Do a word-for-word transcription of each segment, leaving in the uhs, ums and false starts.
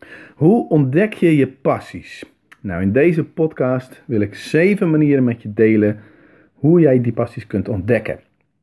Hoe ontdek je je passies? Nou, in deze podcast wil ik zeven manieren met je delen hoe jij die passies kunt ontdekken.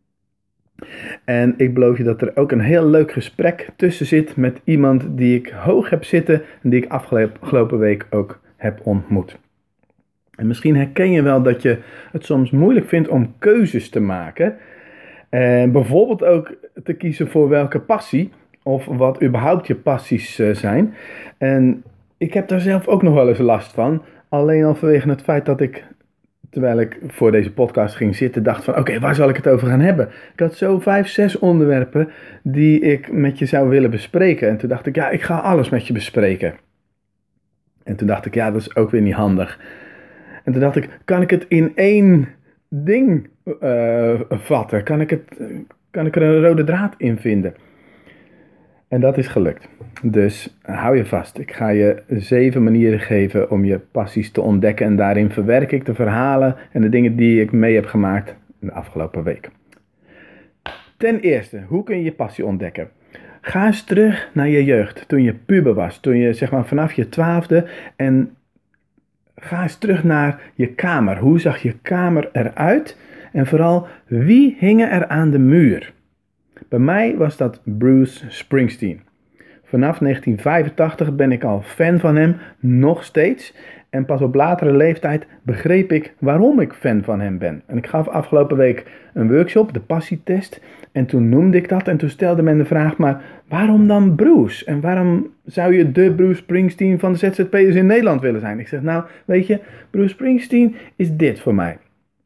En ik beloof je dat er ook een heel leuk gesprek tussen zit met iemand die ik hoog heb zitten en die ik afgelopen week ook heb ontmoet. En misschien herken je wel dat je het soms moeilijk vindt om keuzes te maken. En bijvoorbeeld ook te kiezen voor welke passie of wat überhaupt je passies uh, zijn. En ik heb daar zelf ook nog wel eens last van. Alleen al vanwege het feit dat ik, terwijl ik voor deze podcast ging zitten, dacht van oké, okay, waar zal ik het over gaan hebben? Ik had zo vijf, zes onderwerpen die ik met je zou willen bespreken. En toen dacht ik, ja, ik ga alles met je bespreken. En toen dacht ik, ja, dat is ook weer niet handig. En toen dacht ik, kan ik het in één ding uh, vatten? Kan ik, het, kan ik er een rode draad in vinden? En dat is gelukt. Dus hou je vast. Ik ga je zeven manieren geven om je passies te ontdekken. En daarin verwerk ik de verhalen en de dingen die ik mee heb gemaakt in de afgelopen week. Ten eerste, hoe kun je je passie ontdekken? Ga eens terug naar je jeugd, toen je puber was. Toen je zeg maar vanaf je twaalfde en ga eens terug naar je kamer. Hoe zag je kamer eruit? En vooral, wie hingen er aan de muur? Bij mij was dat Bruce Springsteen. Vanaf negentien vijfentachtig ben ik al fan van hem, nog steeds. En pas op latere leeftijd begreep ik waarom ik fan van hem ben. En ik gaf afgelopen week een workshop, de passietest. En toen noemde ik dat en toen stelde men de vraag, maar waarom dan Bruce? En waarom zou je de Bruce Springsteen van de Z Z P'ers in Nederland willen zijn? Ik zeg, nou, weet je, Bruce Springsteen is dit voor mij.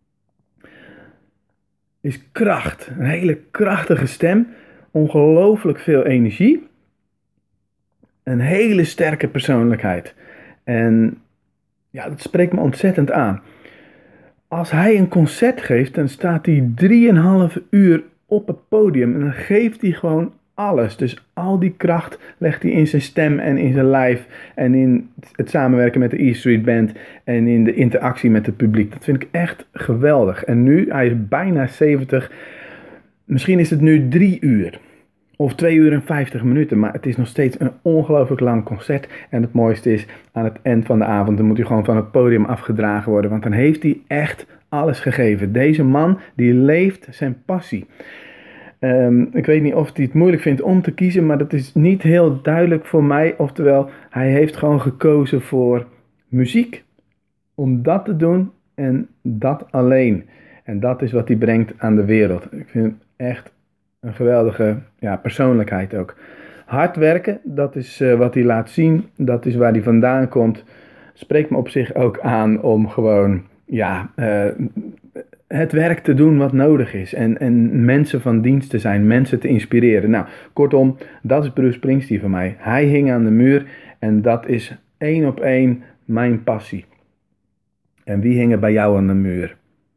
Is kracht, een hele krachtige stem, ongelooflijk veel energie, een hele sterke persoonlijkheid. En ja, dat spreekt me ontzettend aan. Als hij een concert geeft, dan staat hij drieënhalf uur op het podium en dan geeft hij gewoon alles. Dus al die kracht legt hij in zijn stem en in zijn lijf en in het samenwerken met de E Street Band en in de interactie met het publiek. Dat vind ik echt geweldig. En nu, hij is bijna zeventig, misschien is het nu drie uur of twee uur en vijftig minuten, maar het is nog steeds een ongelooflijk lang concert. En het mooiste is, aan het eind van de avond, dan moet hij gewoon van het podium afgedragen worden, want dan heeft hij echt alles gegeven. Deze man, die leeft zijn passie. Um, ik weet niet of hij het moeilijk vindt om te kiezen, maar dat is niet heel duidelijk voor mij. Oftewel, hij heeft gewoon gekozen voor muziek, om dat te doen en dat alleen. En dat is wat hij brengt aan de wereld. Ik vind hem echt een geweldige ja, persoonlijkheid ook. Hard werken, dat is uh, wat hij laat zien, dat is waar hij vandaan komt. Spreekt me op zich ook aan om gewoon ja, uh, het werk te doen wat nodig is. En, en mensen van dienst te zijn, mensen te inspireren. Nou, kortom, dat is Bruce Springsteen voor mij. Hij hing aan de muur en dat is één op één mijn passie. En wie hing er bij jou aan de muur?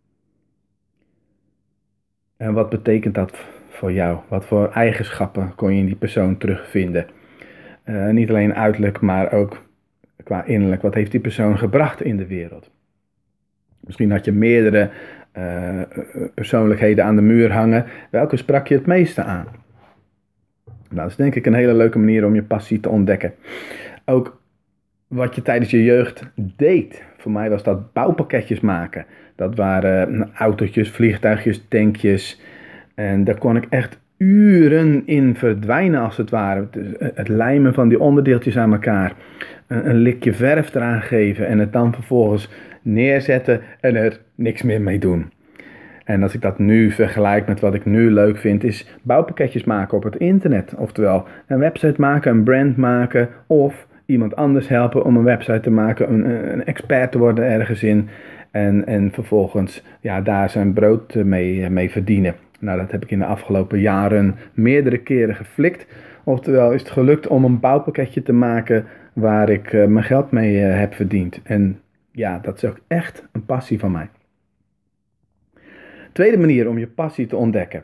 En wat betekent dat voor jou? Wat voor eigenschappen kon je in die persoon terugvinden? Uh, niet alleen uiterlijk, maar ook qua innerlijk. Wat heeft die persoon gebracht in de wereld? Misschien had je meerdere uh, persoonlijkheden aan de muur hangen. Welke sprak je het meeste aan? Nou, dat is denk ik een hele leuke manier om je passie te ontdekken. Ook wat je tijdens je jeugd deed. Voor mij was dat bouwpakketjes maken. Dat waren uh, autootjes, vliegtuigjes, tankjes. En daar kon ik echt uren in verdwijnen als het ware. Het lijmen van die onderdeeltjes aan elkaar. Een, een likje verf eraan geven en het dan vervolgens neerzetten en er niks meer mee doen. En als ik dat nu vergelijk met wat ik nu leuk vind, is bouwpakketjes maken op het internet. Oftewel een website maken, een brand maken of iemand anders helpen om een website te maken, een, een expert te worden ergens in en, en vervolgens ja, daar zijn brood mee, mee verdienen. Nou, dat heb ik in de afgelopen jaren meerdere keren geflikt. Oftewel is het gelukt om een bouwpakketje te maken waar ik uh, mijn geld mee uh, heb verdiend. En ja, dat is ook echt een passie van mij. Tweede manier om je passie te ontdekken.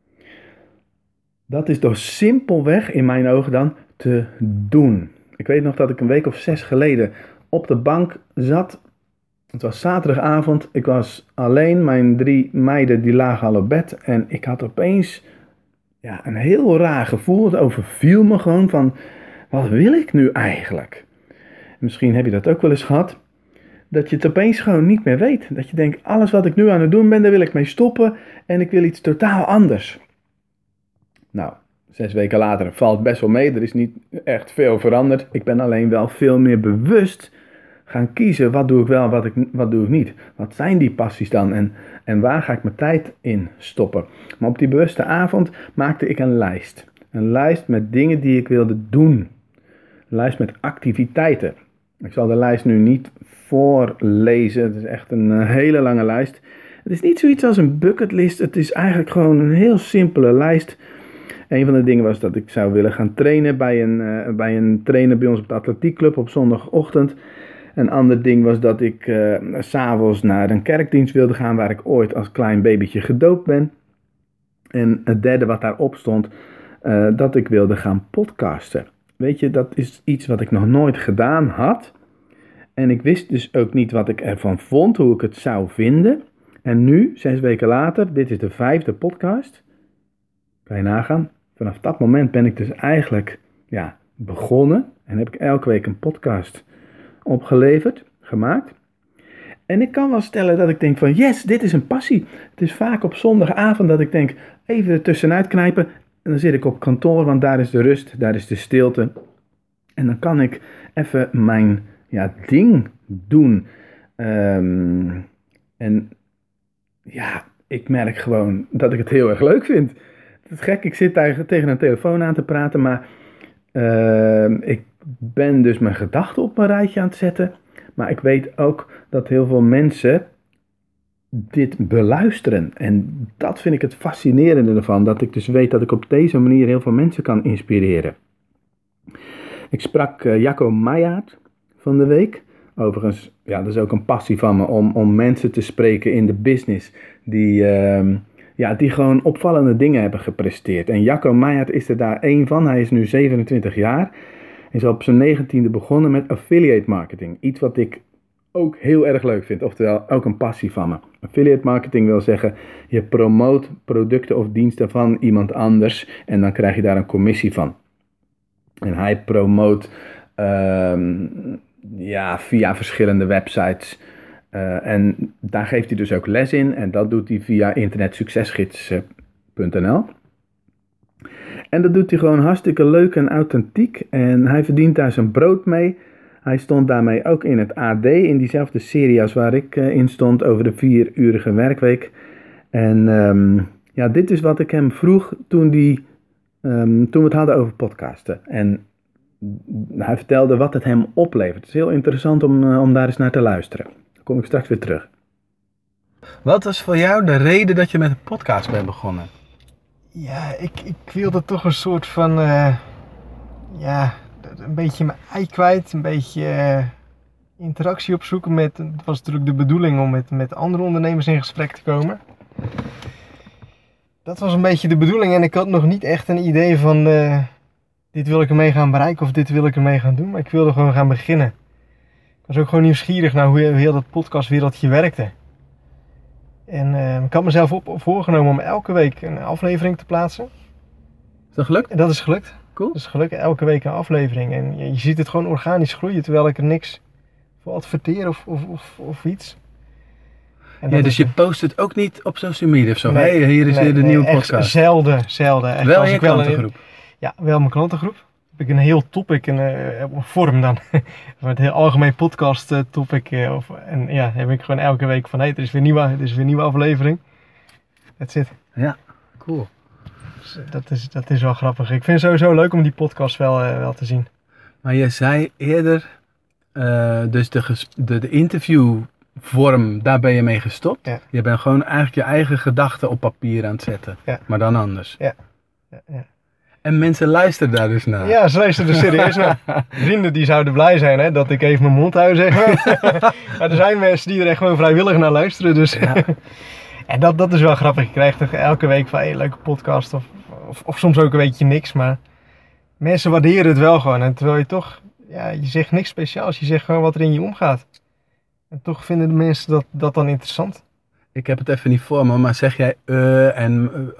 Dat is door simpelweg, in mijn ogen dan, te doen. Ik weet nog dat ik een week of zes geleden op de bank zat. Het was zaterdagavond, ik was alleen, mijn drie meiden die lagen al op bed. En ik had opeens ja, een heel raar gevoel, het overviel me gewoon van wat wil ik nu eigenlijk? Misschien heb je dat ook wel eens gehad. Dat je het opeens gewoon niet meer weet. Dat je denkt, alles wat ik nu aan het doen ben, daar wil ik mee stoppen. En ik wil iets totaal anders. Nou, zes weken later valt best wel mee. Er is niet echt veel veranderd. Ik ben alleen wel veel meer bewust gaan kiezen. Wat doe ik wel, wat, ik, wat doe ik niet? Wat zijn die passies dan? En, en waar ga ik mijn tijd in stoppen? Maar op die bewuste avond maakte ik een lijst. Een lijst met dingen die ik wilde doen. Een lijst met activiteiten. Ik zal de lijst nu niet voorlezen. Het is echt een hele lange lijst. Het is niet zoiets als een bucketlist. Het is eigenlijk gewoon een heel simpele lijst. Een van de dingen was dat ik zou willen gaan trainen bij een, uh, bij een trainer bij ons op de atletiekclub op zondagochtend. Een ander ding was dat ik uh, 's avonds naar een kerkdienst wilde gaan waar ik ooit als klein babytje gedoopt ben. En het derde wat daarop stond, uh, dat ik wilde gaan podcasten. Weet je, dat is iets wat ik nog nooit gedaan had. En ik wist dus ook niet wat ik ervan vond, hoe ik het zou vinden. En nu, zes weken later, dit is de vijfde podcast. Kan je nagaan? Vanaf dat moment ben ik dus eigenlijk ja, begonnen. En heb ik elke week een podcast opgeleverd, gemaakt. En ik kan wel stellen dat ik denk van yes, dit is een passie. Het is vaak op zondagavond dat ik denk, even er tussenuit knijpen. En dan zit ik op kantoor, want daar is de rust, daar is de stilte. En dan kan ik even mijn ja, ding doen. Um, en ja, ik merk gewoon dat ik het heel erg leuk vind. Het is gek, ik zit tegen, tegen een telefoon aan te praten, maar uh, ik ben dus mijn gedachten op een rijtje aan het zetten. Maar ik weet ook dat heel veel mensen dit beluisteren. En dat vind ik het fascinerende ervan. Dat ik dus weet dat ik op deze manier heel veel mensen kan inspireren. Ik sprak uh, Jacco Meijaard van de week. Overigens, ja, dat is ook een passie van me om, om mensen te spreken in de business. Die, uh, ja, die gewoon opvallende dingen hebben gepresteerd. En Jacco Meijaard is er daar één van. Hij is nu zevenentwintig jaar. Hij is op zijn negentiende begonnen met affiliate marketing. Iets wat ik ook heel erg leuk vind. Oftewel, ook een passie van me. Affiliate marketing wil zeggen, je promoot producten of diensten van iemand anders. En dan krijg je daar een commissie van. En hij promoot um, ja, via verschillende websites. Uh, en daar geeft hij dus ook les in. En dat doet hij via internetsuccesgids punt n l. En dat doet hij gewoon hartstikke leuk en authentiek. En hij verdient daar zijn brood mee. Hij stond daarmee ook in het A D, in diezelfde serie als waar ik uh, in stond over de vierurige werkweek. En um, ja, dit is wat ik hem vroeg toen, die, um, toen we het hadden over podcasten. En hij vertelde wat het hem oplevert. Het is heel interessant om, uh, om daar eens naar te luisteren. Dan kom ik straks weer terug. Wat was voor jou de reden dat je met een podcast bent begonnen? Ja, ik, ik wilde toch een soort van, uh, ja, een beetje mijn ei kwijt, een beetje uh, interactie opzoeken met, het was natuurlijk de bedoeling om met, met andere ondernemers in gesprek te komen. Dat was een beetje de bedoeling en ik had nog niet echt een idee van, uh, dit wil ik ermee gaan bereiken of dit wil ik ermee gaan doen, maar ik wilde gewoon gaan beginnen. Ik was ook gewoon nieuwsgierig naar hoe heel dat podcastwereldje werkte. En uh, ik had mezelf op, op voorgenomen om elke week een aflevering te plaatsen. Is dat gelukt? En dat is gelukt. Cool. Dat is gelukt, elke week een aflevering. En je, je ziet het gewoon organisch groeien, terwijl ik er niks voor adverteer of, of, of, of iets. En ja, dus je post het ook niet op social media of zo? Nee, hey, hier is nee, weer de nee, nieuwe echt podcast. zelden, zelden. Echt, wel als in je ik wel klantengroep? Een, ja, wel mijn klantengroep. Heb ik een heel topic, een, een vorm dan. Het heel algemeen podcast uh, topic. Uh, of, en ja, heb ik gewoon elke week van, hé, hey, er is weer nieuwe, er is weer een nieuwe aflevering. That's it. Ja, cool. Dus, dat, is, dat is wel grappig. Ik vind het sowieso leuk om die podcast wel, uh, wel te zien. Maar je zei eerder, uh, dus de, ges- de, de interviewvorm, daar ben je mee gestopt. Ja. Je bent gewoon eigenlijk je eigen gedachten op papier aan het zetten. Ja. Maar dan anders. Ja. Ja, ja. En mensen luisteren daar dus naar. Ja, ze luisteren er serieus naar. Vrienden die zouden blij zijn hè, dat ik even mijn mond hou, zeg maar. Maar er zijn mensen die er echt gewoon vrijwillig naar luisteren. Dus. Ja. En dat, dat is wel grappig. Je krijgt toch elke week van een hey, leuke podcast. Of, of, of soms ook een beetje niks. Maar mensen waarderen het wel gewoon. En terwijl je toch, ja, je zegt niks speciaals. Je zegt gewoon wat er in je omgaat. En toch vinden de mensen dat, dat dan interessant. Ik heb het even niet voor me, maar zeg jij uh, en uh,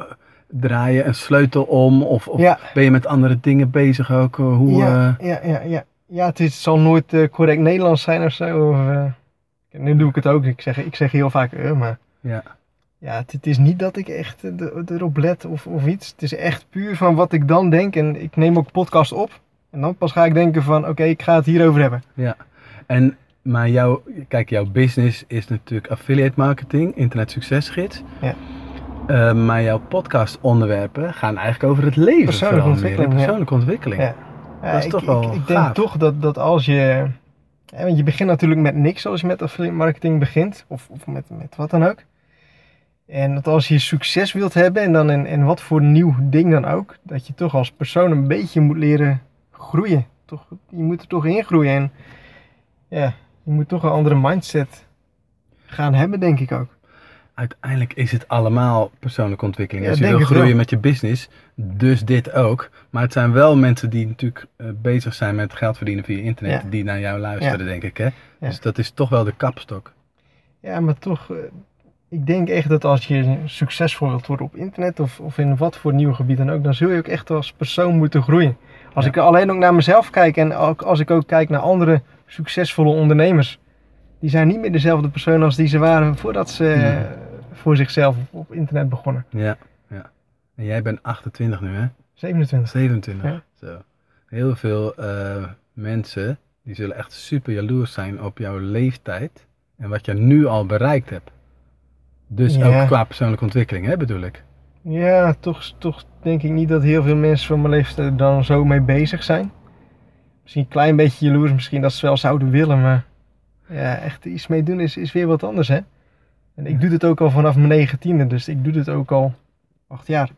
draai je een sleutel om? Of, of Ja. ben je met andere dingen bezig ook? Hoe, Ja, eh, ja, ja, ja. Ja, het, is, het zal nooit eh, correct Nederlands zijn of zo. Of, eh, nu doe ik het ook. Ik zeg, ik zeg heel vaak eh, maar ja. ja, het, het is niet dat ik echt eh, de- erop let of, of iets. Het is echt puur van wat ik dan denk. En ik neem ook podcast op. En dan pas ga ik denken van, oké, ik ga het hierover hebben. Ja, en, maar jouw, kijk, jouw business is natuurlijk affiliate marketing, internet succesgids. Ja. Eh, maar jouw podcast onderwerpen gaan eigenlijk over het leven. Persoonlijke vooral meer, hè? ontwikkeling, ja. Persoonlijke ontwikkeling. Ja. Ja, Dat is ik, toch ik- wel Ik, denk gaaf. toch dat, dat als je... hè, want je begint natuurlijk met niks als je met affiliate marketing begint. Of, of met, met wat dan ook. En dat als je succes wilt hebben en dan in, in wat voor nieuw ding dan ook. Dat je toch als persoon een beetje moet leren groeien. Toch, je moet er toch in groeien. En ja, je moet toch een andere mindset gaan hebben, denk ik ook. Uiteindelijk is het allemaal persoonlijke ontwikkeling. Ja, Als je denk wil het wel. groeien met je business, dus dit ook. Maar het zijn wel mensen die natuurlijk eh, bezig zijn met geld verdienen via internet, Ja. die naar jou luisteren, denk ik. Hè? Ja. Dus dat is toch wel de kapstok. Ja, maar toch, eh, ik denk echt dat als je succesvol wilt worden op internet of, of in wat voor nieuw gebied dan ook, dan zul je ook echt als persoon moeten groeien. Als Ja. ik alleen ook naar mezelf kijk en ook als ik ook kijk naar andere succesvolle ondernemers, die zijn niet meer dezelfde persoon als die ze waren voordat ze eh, Nee. voor zichzelf op, op internet begonnen. Ja, ja. En jij bent achtentwintig nu, hè? zevenentwintig. zevenentwintig. Ja. Zo. Heel veel eh, mensen die zullen echt super jaloers zijn op jouw leeftijd en wat je nu al bereikt hebt. Dus Ja. ook qua persoonlijke ontwikkeling, hè, bedoel ik. Ja, toch, toch denk ik niet dat heel veel mensen van mijn leeftijd er dan zo mee bezig zijn. Misschien een klein beetje jaloers, misschien dat ze wel zouden willen, maar ja, echt iets mee doen is, is weer wat anders, hè. En ik doe dit ook al vanaf mijn negentiende, dus ik doe dit ook al acht jaar.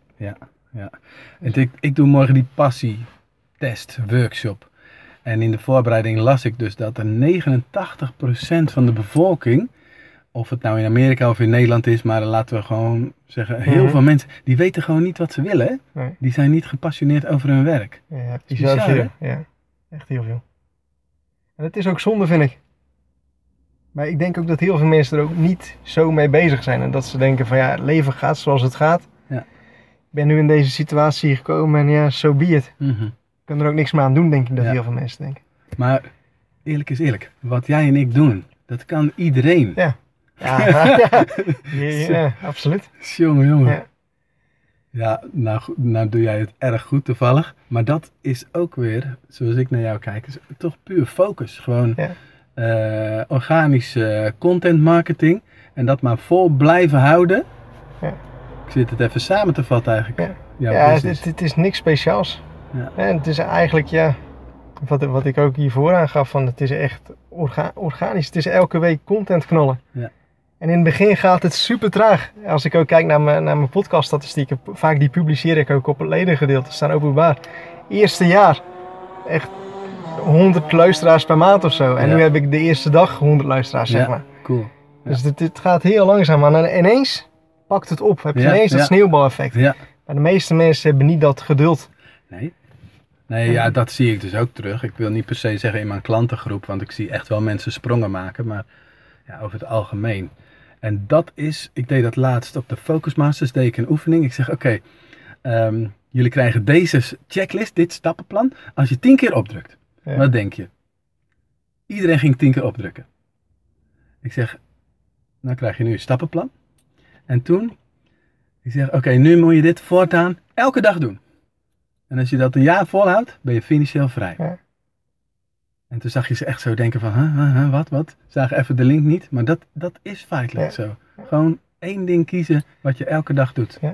En ik, ik doe morgen die passietest workshop. En in de voorbereiding las ik dus dat er negenentachtig procent van de bevolking, of het nou in Amerika of in Nederland is, maar laten we gewoon zeggen, heel Mhm. veel mensen, die weten gewoon niet wat ze willen. Hè? Nee. Die zijn niet gepassioneerd over hun werk. Ja, bizar, bizar veel. Ja, echt heel veel. En het is ook zonde, vind ik. Maar ik denk ook dat heel veel mensen er ook niet zo mee bezig zijn. En dat ze denken van ja, het leven gaat zoals het gaat. Ja. Ik ben nu in deze situatie gekomen en ja, so be it. Mhm. Ik kan er ook niks meer aan doen, denk ik, dat Ja. heel veel mensen denken. Maar eerlijk is eerlijk, wat jij en ik doen, dat kan iedereen. Ja. Ja, ja, ja, ja, absoluut. Jongen, jongen. Ja. Ja, nou, goed, nou doe jij het erg goed toevallig. Maar dat is ook weer, zoals ik naar jou kijk, is toch puur focus. Gewoon Ja. eh, organische content marketing. En dat maar vol blijven houden. Ja. Ik zit het even samen te vatten eigenlijk. Ja. Jouw Ja, het, business. het is niks speciaals. Ja. En het is eigenlijk, ja, wat, wat ik ook hiervoor aangaf, van het is echt orga- organisch. Het is elke week content knallen. Ja. En in het begin gaat het super traag. Als ik ook kijk naar mijn, naar mijn podcaststatistieken, vaak die publiceer ik ook op het ledengedeelte, staan openbaar. Eerste jaar, echt honderd luisteraars per maand of zo. En Ja. nu heb ik de eerste dag honderd luisteraars, zeg Ja, maar. cool. Ja. Dus dit, dit gaat heel langzaam aan. En ineens pakt het op. Heb je Ja, ineens dat ja. sneeuwbaleffect. Ja. Maar de meeste mensen hebben niet dat geduld. Nee. Nee, ja, dat zie ik dus ook terug. Ik wil niet per se zeggen in mijn klantengroep, want ik zie echt wel mensen sprongen maken, maar ja, over het algemeen. En dat is, ik deed dat laatst op de Focus Masters, deed ik een oefening. Ik zeg, oké, ehm, jullie krijgen deze checklist, dit stappenplan, als je tien keer opdrukt. Ja. Wat denk je? Iedereen ging tien keer opdrukken. Ik zeg, nou krijg je nu een stappenplan. En toen, ik zeg, oké, nu moet je dit voortaan elke dag doen. En als je dat een jaar volhoudt, ben je financieel vrij. Ja. En toen zag je ze echt zo denken van, huh, huh, huh, wat, wat? Zagen even de link niet, maar dat, dat is feitelijk Ja. zo. Gewoon één ding kiezen wat je elke dag doet. Ja.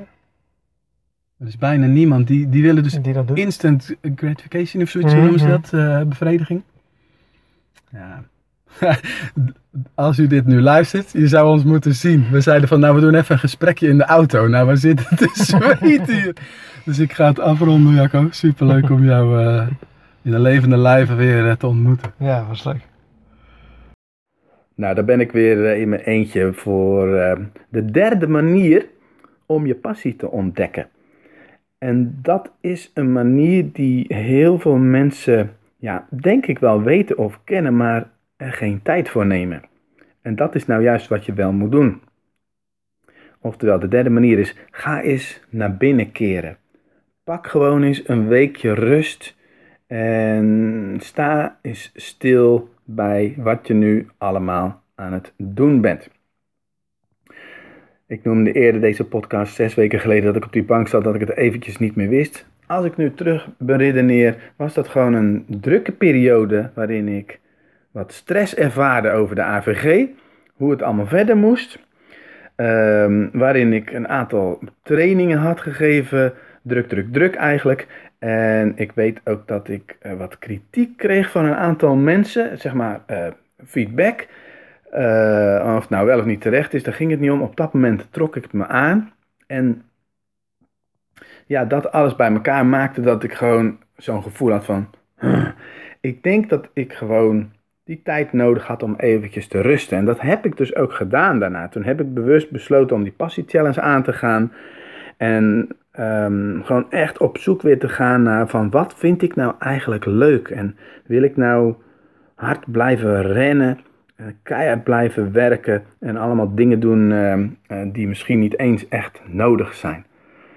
Er is bijna niemand, die, die willen dus Die dat doet. instant gratification of zoiets, hoe noemen ze Mhm. dat? Eh, bevrediging. Ja. Als u dit nu luistert, je zou ons moeten zien. We zeiden van, nou we doen even een gesprekje in de auto. Nou, we zitten te zweten hier. Dus ik ga het afronden, Jacco. Superleuk om jou uh, in een levende lijve weer uh, te ontmoeten. Ja, was leuk. Nou, daar ben ik weer uh, in mijn eentje voor uh, de derde manier om je passie te ontdekken. En dat is een manier die heel veel mensen, ja, denk ik wel weten of kennen, maar er geen tijd voor nemen. En dat is nou juist wat je wel moet doen. Oftewel, de derde manier is, ga eens naar binnen keren. Pak gewoon eens een weekje rust en sta eens stil bij wat je nu allemaal aan het doen bent. Ik noemde eerder deze podcast zes weken geleden dat ik op die bank zat, dat ik het eventjes niet meer wist. Als ik nu terug beredeneer, was dat gewoon een drukke periode waarin ik wat stress ervaarde over de A V G, hoe het allemaal verder moest. Um, waarin ik een aantal trainingen had gegeven, druk, druk, druk eigenlijk. En ik weet ook dat ik uh, wat kritiek kreeg van een aantal mensen, zeg maar uh, feedback. Uh, of het nou wel of niet terecht is, daar ging het niet om. Op dat moment trok ik het me aan. En ja, dat alles bij elkaar maakte dat ik gewoon zo'n gevoel had van... Huh. Ik denk dat ik gewoon die tijd nodig had om eventjes te rusten. En dat heb ik dus ook gedaan daarna. Toen heb ik bewust besloten om die passie-challenge aan te gaan. En um, gewoon echt op zoek weer te gaan naar van wat vind ik nou eigenlijk leuk? En wil ik nou hard blijven rennen, keihard blijven werken en allemaal dingen doen uh, uh, die misschien niet eens echt nodig zijn?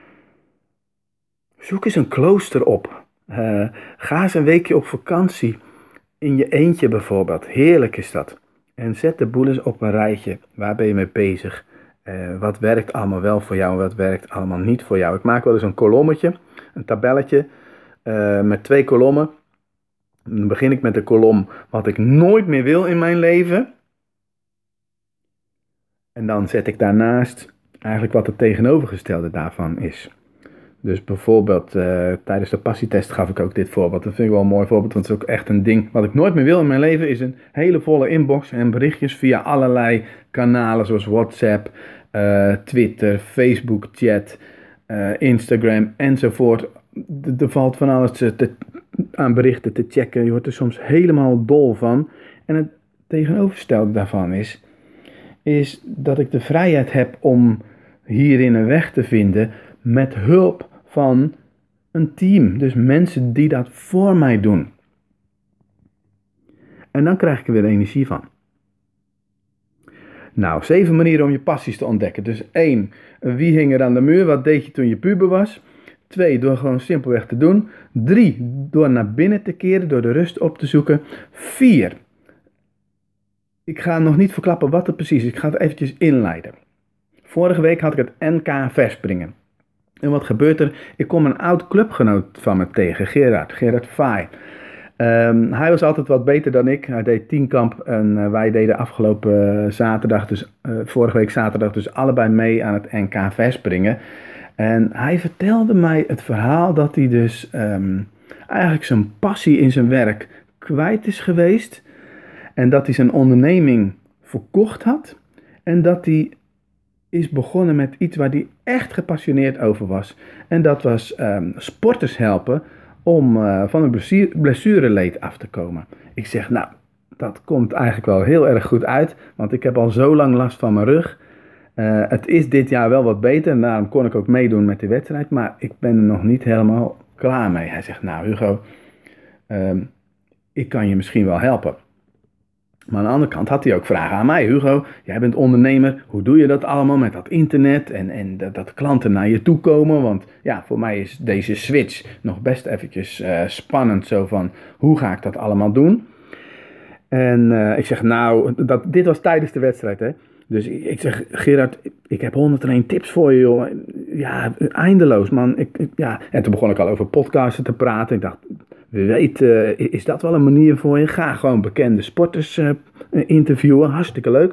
Zoek eens een klooster op. Uh, ga eens een weekje op vakantie. In je eentje bijvoorbeeld. Heerlijk is dat. En zet de boel eens op een rijtje. Waar ben je mee bezig? Uh, wat werkt allemaal wel voor jou en wat werkt allemaal niet voor jou? Ik maak wel eens een kolommetje. Een tabelletje. Uh, met twee kolommen. Dan begin ik met de kolom wat ik nooit meer wil in mijn leven. En dan zet ik daarnaast eigenlijk wat het tegenovergestelde daarvan is. Dus bijvoorbeeld uh, tijdens de passietest gaf ik ook dit voorbeeld. Dat vind ik wel een mooi voorbeeld, want het is ook echt een ding. Wat ik nooit meer wil in mijn leven is een hele volle inbox en berichtjes via allerlei kanalen zoals WhatsApp, uh, Twitter, Facebook chat, uh, Instagram enzovoort. Er valt van alles te, te, aan berichten te checken. Je wordt er soms helemaal dol van. En het tegenovergestelde daarvan is, is dat ik de vrijheid heb om hierin een weg te vinden met hulp van een team. Dus mensen die dat voor mij doen. En dan krijg ik er weer energie van. Nou, zeven manieren om je passies te ontdekken. Dus één, wie hing er aan de muur? Wat deed je toen je puber was? Twee, door gewoon simpelweg te doen. Drie, door naar binnen te keren, door de rust op te zoeken. Vier, ik ga nog niet verklappen wat het precies is. Ik ga het eventjes inleiden. Vorige week had ik het N K verspringen. En wat gebeurt er? Ik kom een oud clubgenoot van me tegen, Gerard, Gerard Vaai. Um, hij was altijd wat beter dan ik. Hij deed tienkamp en uh, wij deden afgelopen uh, zaterdag, dus uh, vorige week zaterdag, dus allebei mee aan het N K verspringen. En hij vertelde mij het verhaal dat hij dus um, eigenlijk zijn passie in zijn werk kwijt is geweest. En dat hij zijn onderneming verkocht had. En dat hij is begonnen met iets waar hij echt gepassioneerd over was. En dat was um, sporters helpen om uh, van een blessure, blessureleed af te komen. Ik zeg, nou, dat komt eigenlijk wel heel erg goed uit. Want ik heb al zo lang last van mijn rug. Uh, het is dit jaar wel wat beter. En daarom kon ik ook meedoen met de wedstrijd. Maar ik ben er nog niet helemaal klaar mee. Hij zegt, nou Hugo, um, ik kan je misschien wel helpen. Maar aan de andere kant had hij ook vragen aan mij. Hugo, jij bent ondernemer. Hoe doe je dat allemaal met dat internet en, en dat, dat klanten naar je toe komen? Want ja, voor mij is deze switch nog best eventjes uh, spannend. Zo van, hoe ga ik dat allemaal doen? En uh, ik zeg, nou, dat, dit was tijdens de wedstrijd, hè. Dus ik, ik zeg, Gerard, ik heb honderdéén tips voor je, joh. Ja, eindeloos, man. Ik, ik, ja. En toen begon ik al over podcasten te praten. Ik dacht, wie weet, uh, is dat wel een manier voor je? Ga gewoon bekende sporters uh, interviewen. Hartstikke leuk.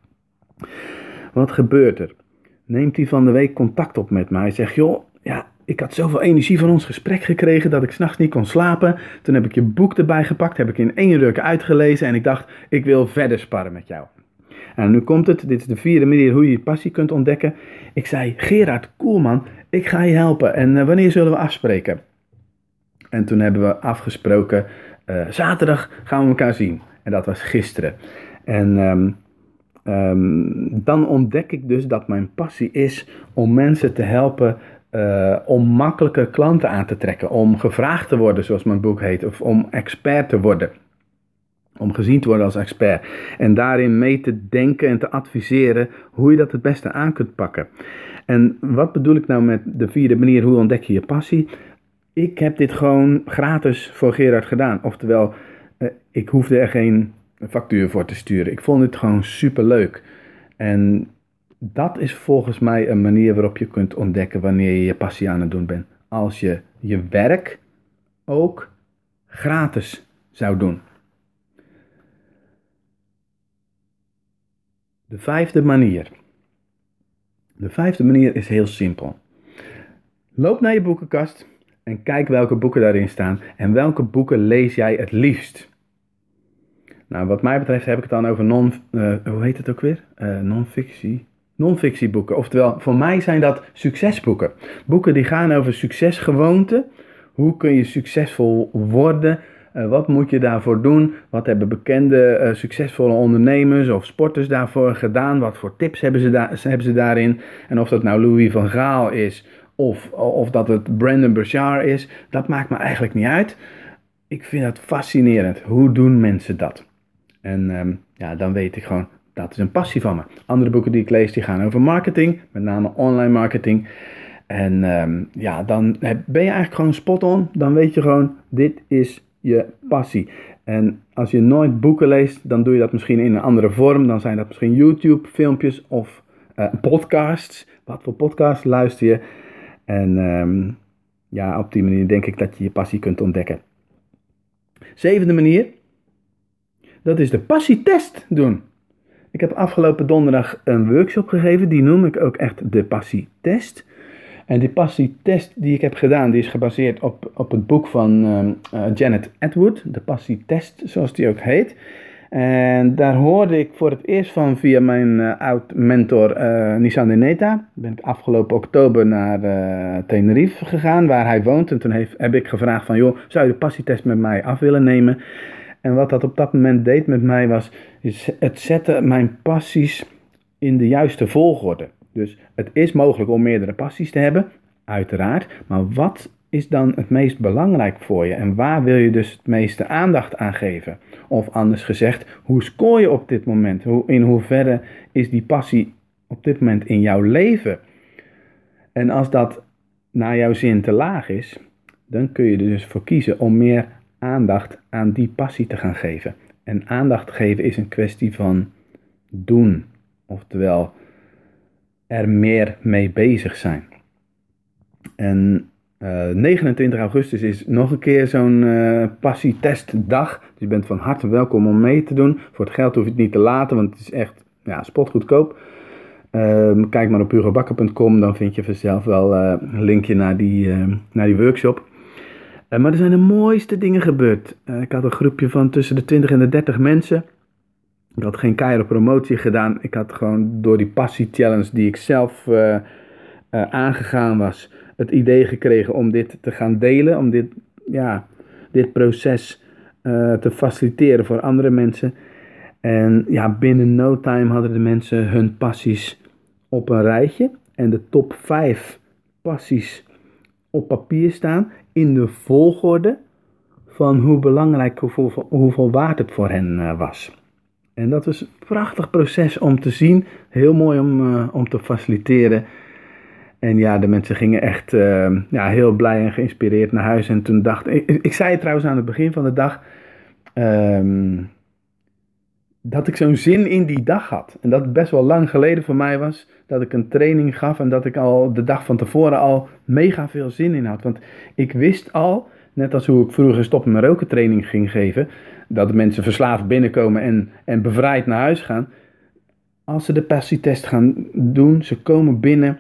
Wat gebeurt er? Neemt hij van de week contact op met mij. Hij zegt, joh, ja, ik had zoveel energie van ons gesprek gekregen dat ik 's nachts niet kon slapen. Toen heb ik je boek erbij gepakt, heb ik in één ruk uitgelezen en ik dacht, ik wil verder sparren met jou. En nu komt het, dit is de vierde manier hoe je je passie kunt ontdekken. Ik zei, Gerard, cool man, ik ga je helpen. En uh, wanneer zullen we afspreken? En toen hebben we afgesproken, uh, zaterdag gaan we elkaar zien. En dat was gisteren. En um, um, dan ontdek ik dus dat mijn passie is om mensen te helpen uh, om makkelijker klanten aan te trekken. Om gevraagd te worden, zoals mijn boek heet, of om expert te worden. Om gezien te worden als expert. En daarin mee te denken en te adviseren hoe je dat het beste aan kunt pakken. En wat bedoel ik nou met de vierde manier, hoe ontdek je je passie? Ik heb dit gewoon gratis voor Gerard gedaan. Oftewel, eh, ik hoefde er geen factuur voor te sturen. Ik vond het gewoon superleuk. En dat is volgens mij een manier waarop je kunt ontdekken wanneer je je passie aan het doen bent. Als je je werk ook gratis zou doen. De vijfde manier. De vijfde manier is heel simpel. Loop naar je boekenkast en kijk welke boeken daarin staan en welke boeken lees jij het liefst. Nou, wat mij betreft heb ik het dan over non, uh, hoe heet het ook weer? Uh, non-fictie. Non-fictieboeken. Oftewel, voor mij zijn dat succesboeken. Boeken die gaan over succesgewoonten. Hoe kun je succesvol worden? Uh, wat moet je daarvoor doen? Wat hebben bekende uh, succesvolle ondernemers of sporters daarvoor gedaan? Wat voor tips hebben ze, daar, hebben ze daarin? En of dat nou Louis van Gaal is of, of dat het Brendon Burchard is, dat maakt me eigenlijk niet uit. Ik vind het fascinerend. Hoe doen mensen dat? En um, ja, dan weet ik gewoon, dat is een passie van me. Andere boeken die ik lees, die gaan over marketing, met name online marketing. En um, ja, dan ben je eigenlijk gewoon spot on. Dan weet je gewoon, dit is je passie. En als je nooit boeken leest, dan doe je dat misschien in een andere vorm. Dan zijn dat misschien YouTube filmpjes of uh, podcasts. Wat voor podcast luister je? En um, ja, op die manier denk ik dat je je passie kunt ontdekken. Zevende manier, dat is de passietest doen. Ik heb afgelopen donderdag een workshop gegeven, die noem ik ook echt de passietest. En die passietest die ik heb gedaan, die is gebaseerd op, op het boek van uh, uh, Janet Attwood, de passietest zoals die ook heet. En daar hoorde ik voor het eerst van via mijn uh, oud-mentor uh, Nissan Deneta. Ben ik afgelopen oktober naar uh, Tenerife gegaan, waar hij woont. En toen heeft, heb ik gevraagd van, joh, zou je de passietest met mij af willen nemen? En wat dat op dat moment deed met mij was, is het zetten mijn passies in de juiste volgorde. Dus het is mogelijk om meerdere passies te hebben, uiteraard. Maar wat is dan het meest belangrijk voor je? En waar wil je dus het meeste aandacht aan geven? Of anders gezegd, hoe scoor je op dit moment? Hoe, in hoeverre is die passie op dit moment in jouw leven? En als dat naar jouw zin te laag is, dan kun je er dus voor kiezen om meer aandacht aan die passie te gaan geven. En aandacht geven is een kwestie van doen. Oftewel, er meer mee bezig zijn. En uh, negenentwintig augustus is nog een keer zo'n uh, passietestdag. Dus je bent van harte welkom om mee te doen. Voor het geld hoef je het niet te laten, want het is echt ja, spotgoedkoop. Uh, kijk maar op hugo bakker punt com, dan vind je vanzelf wel uh, een linkje naar die, uh, naar die workshop. Uh, maar er zijn de mooiste dingen gebeurd. Uh, ik had een groepje van tussen de twintig en de dertig mensen. Ik had geen keiharde promotie gedaan. Ik had gewoon door die passie-challenge die ik zelf uh, uh, aangegaan was, het idee gekregen om dit te gaan delen. Om dit, ja, dit proces uh, te faciliteren voor andere mensen. En ja, binnen no time hadden de mensen hun passies op een rijtje. En de top vijf passies op papier staan in de volgorde van hoe belangrijk, hoeveel, hoeveel waard het voor hen uh, was. En dat was een prachtig proces om te zien. Heel mooi om, uh, om te faciliteren. En ja, de mensen gingen echt uh, ja, heel blij en geïnspireerd naar huis. En toen dacht ik, ik zei het trouwens aan het begin van de dag, um, dat ik zo'n zin in die dag had. En dat het best wel lang geleden voor mij was dat ik een training gaf en dat ik al de dag van tevoren al mega veel zin in had. Want ik wist al, net als hoe ik vroeger stoppen met roken training ging geven, dat de mensen verslaafd binnenkomen en, en bevrijd naar huis gaan. Als ze de passietest gaan doen, ze komen binnen.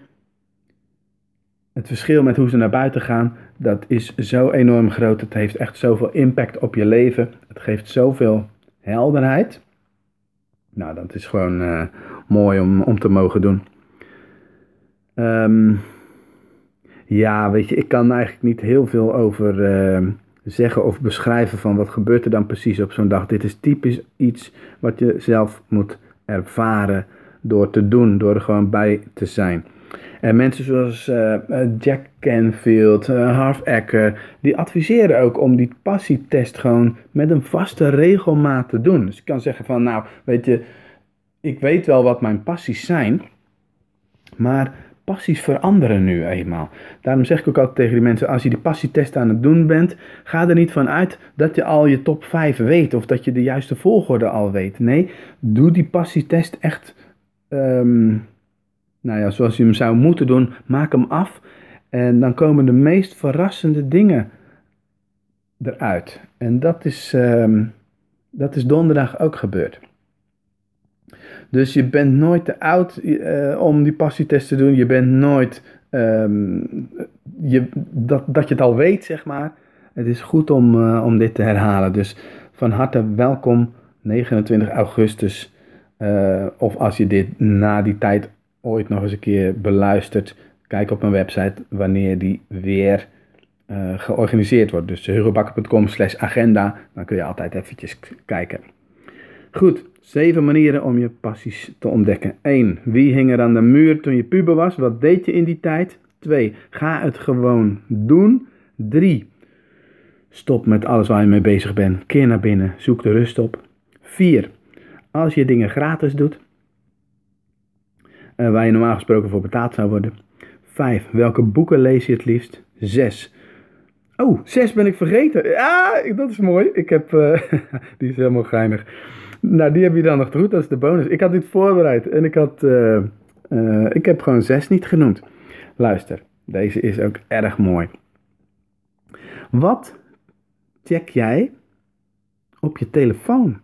Het verschil met hoe ze naar buiten gaan, dat is zo enorm groot. Het heeft echt zoveel impact op je leven. Het geeft zoveel helderheid. Nou, dat is gewoon uh, mooi om, om te mogen doen. Um, ja, weet je, ik kan eigenlijk niet heel veel over uh, zeggen of beschrijven van wat gebeurt er dan precies op zo'n dag. Dit is typisch iets wat je zelf moet ervaren door te doen, door er gewoon bij te zijn. En mensen zoals uh, Jack Canfield, uh, Harv Eker, die adviseren ook om die passietest gewoon met een vaste regelmaat te doen. Dus je kan zeggen van, nou, weet je, ik weet wel wat mijn passies zijn, maar passies veranderen nu eenmaal. Daarom zeg ik ook altijd tegen die mensen, als je die passietest aan het doen bent, ga er niet van uit dat je al je top vijf weet of dat je de juiste volgorde al weet. Nee, doe die passietest echt, um, nou ja, zoals je hem zou moeten doen, maak hem af en dan komen de meest verrassende dingen eruit. En dat is, um, dat is donderdag ook gebeurd. Dus je bent nooit te oud uh, om die passietest te doen. Je bent nooit um, je, dat, dat je het al weet, zeg maar. Het is goed om, uh, om dit te herhalen. Dus van harte welkom negenentwintig augustus. Uh, of als je dit na die tijd ooit nog eens een keer beluistert. Kijk op mijn website wanneer die weer uh, georganiseerd wordt. Dus hugobakker.com slash agenda. Dan kun je altijd eventjes kijken. Goed, zeven manieren om je passies te ontdekken. één. Wie hing er aan de muur toen je puber was? Wat deed je in die tijd? twee. Ga het gewoon doen. drie. Stop met alles waar je mee bezig bent. Keer naar binnen. Zoek de rust op. vier. Als je dingen gratis doet, uh, waar je normaal gesproken voor betaald zou worden. vijf. Welke boeken lees je het liefst? zes. Oh, zes ben ik vergeten. Ja, dat is mooi. Ik heb, uh, die is helemaal geinig. Nou, die heb je dan nog te goed, dat is de bonus. Ik had dit voorbereid en ik had, uh, uh, ik heb gewoon zes niet genoemd. Luister, deze is ook erg mooi. Wat check jij op je telefoon?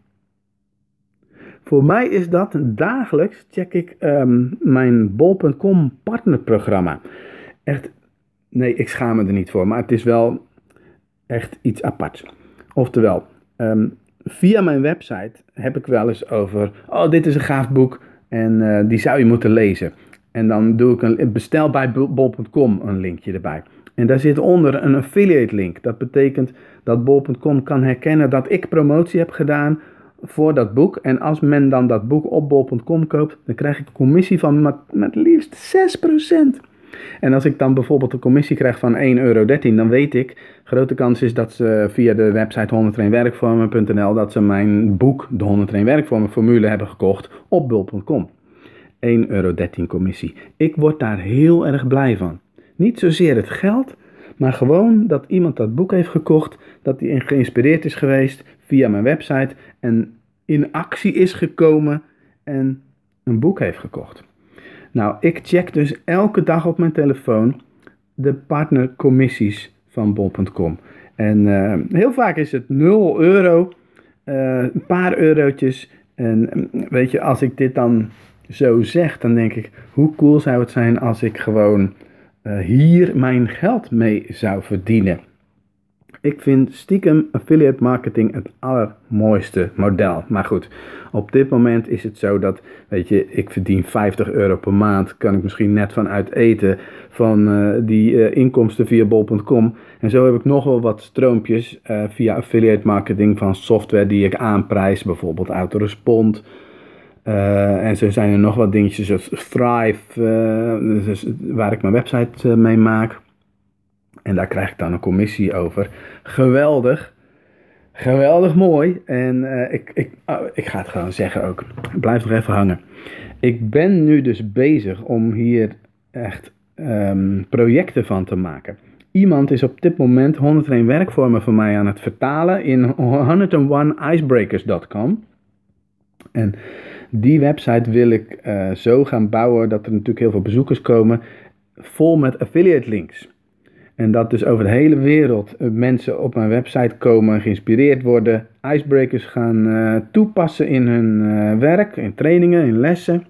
Voor mij is dat dagelijks check ik um, mijn bol punt com partnerprogramma. Echt, nee, ik schaam me er niet voor, maar het is wel echt iets aparts. Oftewel, um, via mijn website heb ik wel eens over, oh, dit is een gaaf boek en uh, die zou je moeten lezen. En dan doe ik een, bestel bij bol punt com een linkje erbij. En daar zit onder een affiliate link. Dat betekent dat bol punt com kan herkennen dat ik promotie heb gedaan voor dat boek. En als men dan dat boek op bol punt com koopt, dan krijg ik een commissie van met, met liefst zes procent. En als ik dan bijvoorbeeld een commissie krijg van één euro dertien, dan weet ik, grote kans is dat ze via de website honderdéén werkvormen punt n l, dat ze mijn boek, de honderdéén werkvormen formule, hebben gekocht op bol punt com. één euro dertien commissie. Ik word daar heel erg blij van. Niet zozeer het geld, maar gewoon dat iemand dat boek heeft gekocht, dat hij geïnspireerd is geweest via mijn website en in actie is gekomen en een boek heeft gekocht. Nou, ik check dus elke dag op mijn telefoon de partnercommissies van bol punt com. En uh, heel vaak is het nul euro, uh, een paar eurotjes. En weet je, als ik dit dan zo zeg, dan denk ik, hoe cool zou het zijn als ik gewoon uh, hier mijn geld mee zou verdienen. Ik vind stiekem affiliate marketing het allermooiste model. Maar goed, op dit moment is het zo dat, weet je, ik verdien vijftig euro per maand. Kan ik misschien net vanuit eten van uh, die uh, inkomsten via bol punt com. En zo heb ik nog wel wat stroompjes uh, via affiliate marketing van software die ik aanprijs. Bijvoorbeeld Autorespond. Uh, en zo zijn er nog wat dingetjes zoals Thrive, uh, dus waar ik mijn website uh, mee maak. En daar krijg ik dan een commissie over. Geweldig. Geweldig mooi. En uh, ik, ik, oh, ik ga het gewoon zeggen ook. Blijf nog even hangen. Ik ben nu dus bezig om hier echt um, projecten van te maken. Iemand is op dit moment honderdéén werkvormen voor mij aan het vertalen in honderdéén icebreakers punt com. En die website wil ik uh, zo gaan bouwen dat er natuurlijk heel veel bezoekers komen. Vol met affiliate links. En dat dus over de hele wereld mensen op mijn website komen, geïnspireerd worden, icebreakers gaan uh, toepassen in hun uh, werk, in trainingen, in lessen.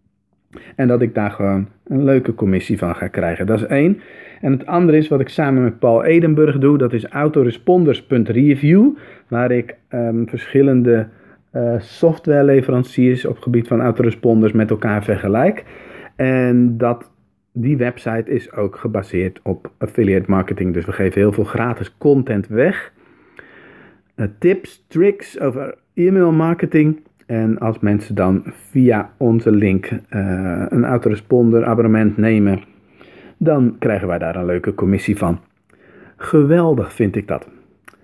En dat ik daar gewoon een leuke commissie van ga krijgen. Dat is één. En het andere is wat ik samen met Paul Edenburg doe, dat is autoresponders punt review, waar ik um, verschillende uh, softwareleveranciers op het gebied van autoresponders met elkaar vergelijk. En dat Die website is ook gebaseerd op affiliate marketing. Dus we geven heel veel gratis content weg. Uh, tips, tricks over e-mail marketing. En als mensen dan via onze link uh, een autoresponder abonnement nemen, dan krijgen wij daar een leuke commissie van. Geweldig vind ik dat.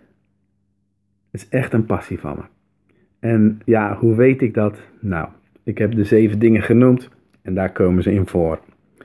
Het is echt een passie van me. En ja, hoe weet ik dat? Nou, ik heb de zeven dingen genoemd en daar komen ze in voor.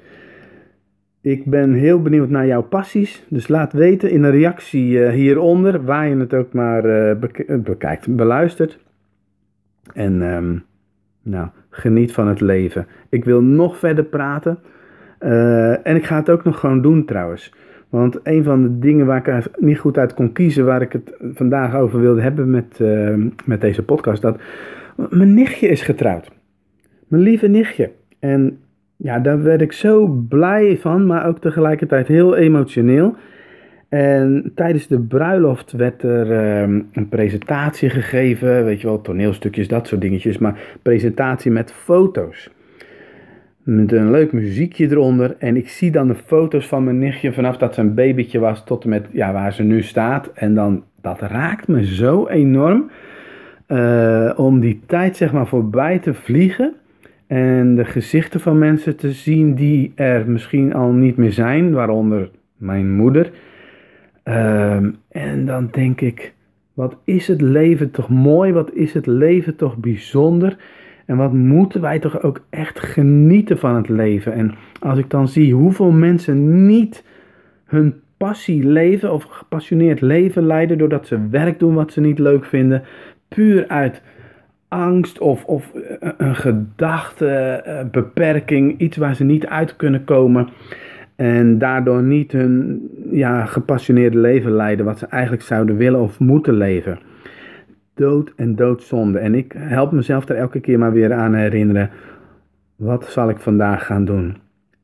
Ik ben heel benieuwd naar jouw passies, dus laat weten in een reactie uh, hieronder, waar je het ook maar uh, bek- bekijkt, beluistert. En um, nou, geniet van het leven. Ik wil nog verder praten uh, en ik ga het ook nog gewoon doen trouwens. Want een van de dingen waar ik er niet goed uit kon kiezen, waar ik het vandaag over wilde hebben met, uh, met deze podcast, dat mijn nichtje is getrouwd. Mijn lieve nichtje. En ja, daar werd ik zo blij van, maar ook tegelijkertijd heel emotioneel. En tijdens de bruiloft werd er uh, een presentatie gegeven, weet je wel, toneelstukjes, dat soort dingetjes, maar presentatie met foto's. Met een leuk muziekje eronder. En ik zie dan de foto's van mijn nichtje vanaf dat ze een babytje was tot en met ja, waar ze nu staat. En dan, dat raakt me zo enorm uh, om die tijd zeg maar voorbij te vliegen. En de gezichten van mensen te zien die er misschien al niet meer zijn, waaronder mijn moeder. Uh, en dan denk ik, wat is het leven toch mooi, wat is het leven toch bijzonder. En wat moeten wij toch ook echt genieten van het leven. En als ik dan zie hoeveel mensen niet hun passie leven of gepassioneerd leven leiden doordat ze werk doen wat ze niet leuk vinden, puur uit angst of, of een gedachte, uh, beperking, iets waar ze niet uit kunnen komen. En daardoor niet hun ja, gepassioneerde leven leiden wat ze eigenlijk zouden willen of moeten leven. Dood en doodzonde. En ik help mezelf er elke keer maar weer aan herinneren. Wat zal ik vandaag gaan doen?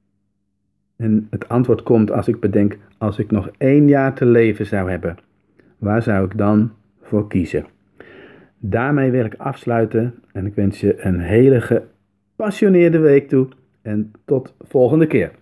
En het antwoord komt als ik bedenk, als ik nog één jaar te leven zou hebben, waar zou ik dan voor kiezen? Daarmee wil ik afsluiten en ik wens je een hele gepassioneerde week toe en tot volgende keer.